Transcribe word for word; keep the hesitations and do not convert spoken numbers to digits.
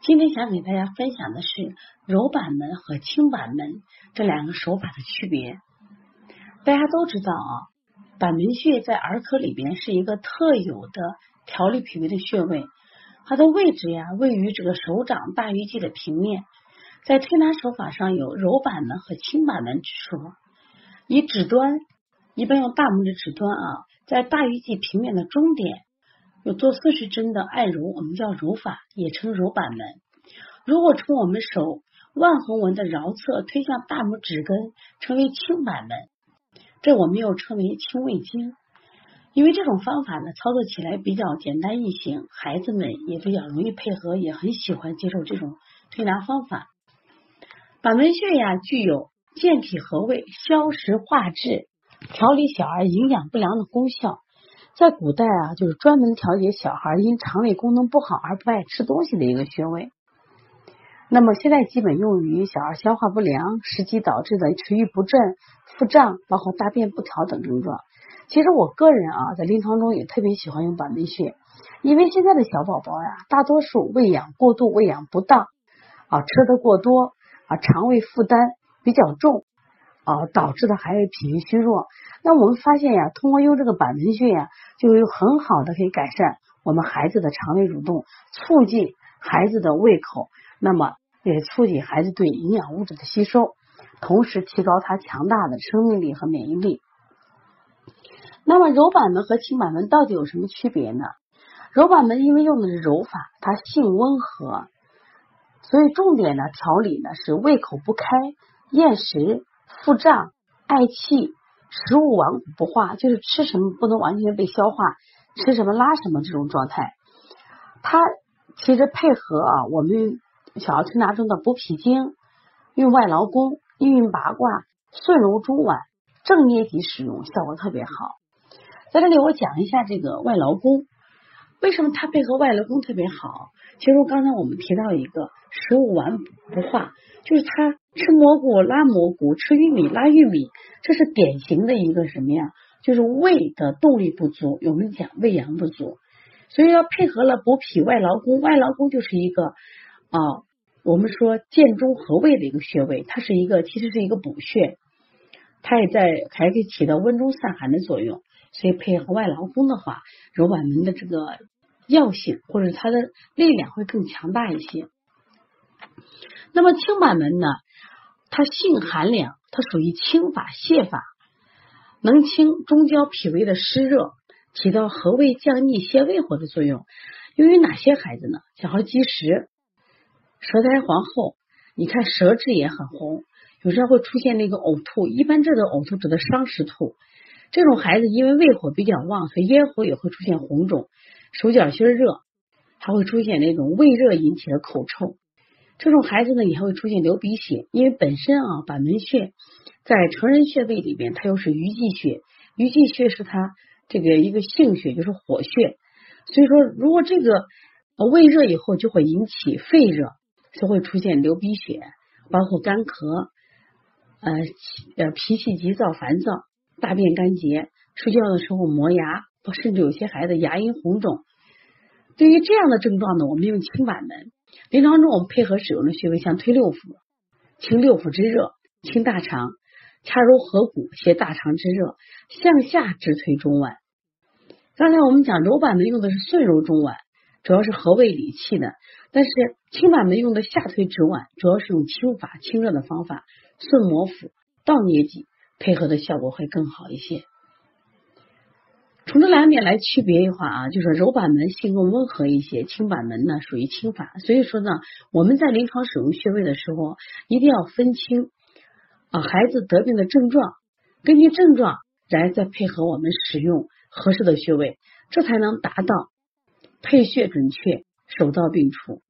今天想给大家分享的是揉板门和清板门这两个手法的区别。大家都知道啊，板门穴在儿科里边是一个特有的调理脾胃的穴位，它的位置呀位于这个手掌大鱼际的平面。在推拿手法上有揉板门和清板门之说，以指端一般用大拇指指端啊，在大鱼际平面的中点有做四十针的按揉，我们叫揉法，也称揉板门。如果从我们手腕横纹的桡侧推向大拇指根，称为清板门，这我们又称为清胃经。因为这种方法呢，操作起来比较简单易行，孩子们也比较容易配合，也很喜欢接受这种推拿方法。板门穴呀，具有健脾和胃、消食化滞、调理小儿营养不良的功效。在古代啊，就是专门调节小孩因肠胃功能不好而不爱吃东西的一个穴位。那么现在基本用于小儿消化不良、食积导致的食欲不振、腹胀，包括大便不调等症状。其实我个人啊，在临床中也特别喜欢用板门穴，因为现在的小宝宝呀，大多数喂养过度、喂养不当啊，吃的过多啊，肠胃负担比较重啊，导致的还有脾胃虚弱。那我们发现呀，通过用这个板门穴呀，就有很好的可以改善我们孩子的肠胃蠕动，促进孩子的胃口，那么也促进孩子对营养物质的吸收，同时提高他强大的生命力和免疫力。那么揉板门和清板门到底有什么区别呢？揉板门因为用的是揉法，它性温和，所以重点呢调理呢是胃口不开、厌食、腹胀、嗳气、食物顽固不化，就是吃什么不能完全被消化，吃什么拉什么这种状态。它其实配合啊我们小儿推拿中的补脾经、运外劳宫、一运八卦、顺揉中脘、正捏脊使用，效果特别好。在这里我讲一下这个外劳宫，为什么它配合外劳宫特别好？其实刚才我们提到一个食物顽不化，就是它吃蘑菇拉蘑菇，吃玉米拉玉米，这是典型的一个什么呀？就是胃的动力不足，我们讲胃阳不足，所以要配合了补脾外劳宫。外劳宫就是一个啊，我们说健中和胃的一个穴位，它是一个其实是一个补穴，它也在还可以起到温中散寒的作用。所以配合外劳宫的话，揉板门的这个药性或者它的力量会更强大一些。那么清板门呢，它性寒凉，它属于清法泻法，能清中焦脾胃的湿热，起到和胃降逆泻胃火的作用。由于哪些孩子呢？小孩积食，舌苔黄厚，你看舌质也很红，有时候会出现那个呕吐，一般这种呕吐指的伤食吐。这种孩子因为胃火比较旺，所以咽喉也会出现红肿，手脚心热，还会出现那种胃热引起的口臭。这种孩子呢也会出现流鼻血，因为本身啊板门穴在成人穴位里边，它又是鱼际穴，鱼际穴是它这个一个性穴，就是火穴，所以说如果这个胃热以后就会引起肺热，就会出现流鼻血，包括干咳，呃呃脾气急躁烦躁，大便干结，睡觉的时候磨牙，甚至有些孩子牙龈红肿。对于这样的症状呢，我们用清板门。临床中我们配合使用的穴位像推六腑，清六腑之热，清大肠，掐揉合谷，泻大肠之热，向下直推中脘。刚才我们讲揉板门用的是顺揉中脘，主要是和胃理气的，但是清板门用的下推直脘，主要是用清法清热的方法，顺摩腹，倒捏脊，配合的效果会更好一些。从这两点来区别的话啊，就是揉板门性更温和一些，清板门呢属于清法。所以说呢，我们在临床使用穴位的时候，一定要分清啊孩子得病的症状，根据症状来再配合我们使用合适的穴位，这才能达到配穴准确，手到病除。